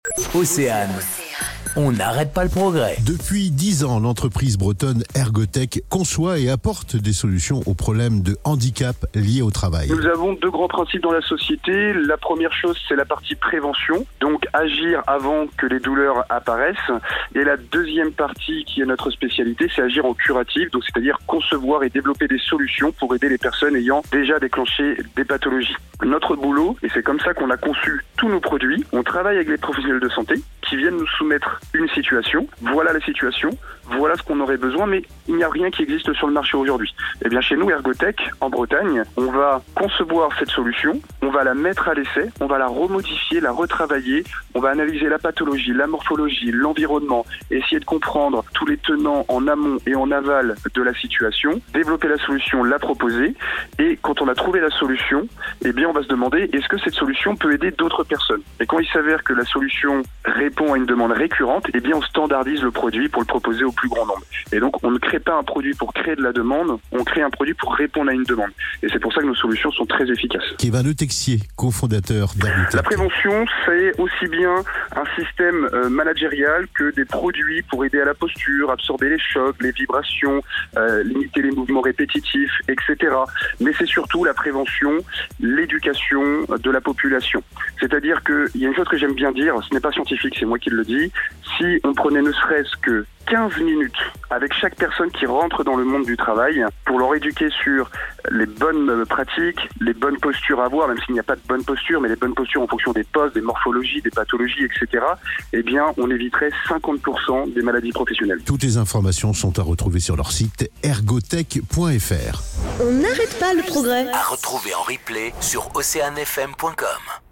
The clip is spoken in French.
Océane. On n'arrête pas le progrès. Depuis 10 ans, l'entreprise bretonne Ergotech conçoit et apporte des solutions aux problèmes de handicap liés au travail. Nous avons deux grands principes dans la société. La première chose, c'est la partie prévention, donc agir avant que les douleurs apparaissent. Et la deuxième partie, qui est notre spécialité, c'est agir en curatif, donc c'est-à-dire concevoir et développer des solutions pour aider les personnes ayant déjà déclenché des pathologies. Notre boulot, et c'est comme ça qu'on a conçu tous nos produits, on travaille avec les professionnels de santé qui viennent nous soumettre une situation. Voilà la situation, voilà ce qu'on aurait besoin, mais il n'y a rien qui existe sur le marché aujourd'hui. Eh bien, chez nous, Ergotech, en Bretagne, on va concevoir cette solution, on va la mettre à l'essai, on va la remodifier, la retravailler, on va analyser la pathologie, la morphologie, l'environnement, essayer de comprendre tous les tenants en amont et en aval de la situation, développer la solution, la proposer, et quand on a trouvé la solution, eh bien, on va se demander, est-ce que cette solution peut aider d'autres personnes? Et quand il s'avère que la solution répond à une demande récurrente, eh bien, on standardise le produit pour le proposer au plus grand nombre. Et donc, on ne crée pas un produit pour créer de la demande, on crée un produit pour répondre à une demande. Et c'est pour ça que nos solutions sont très efficaces. Kevin Le Texier, cofondateur d'Ergotech. La prévention, c'est aussi bien un système managérial que des produits pour aider à la posture, absorber les chocs, les vibrations, limiter les mouvements répétitifs, etc. Mais c'est surtout la prévention, l'éducation de la population. C'est-à-dire qu'il y a une chose que j'aime bien dire, ce n'est pas scientifique, c'est moi qui le dis, si on prenait ne serait-ce que 15 minutes avec chaque personne qui rentre dans le monde du travail pour leur éduquer sur les bonnes pratiques, les bonnes postures à avoir, même s'il n'y a pas de bonne posture, mais les bonnes postures en fonction des postes, des morphologies, des pathologies, etc., eh bien, on éviterait 50% des maladies professionnelles. Toutes les informations sont à retrouver sur leur site ergotech.fr. On n'arrête pas le progrès. À retrouver en replay sur oceanfm.com.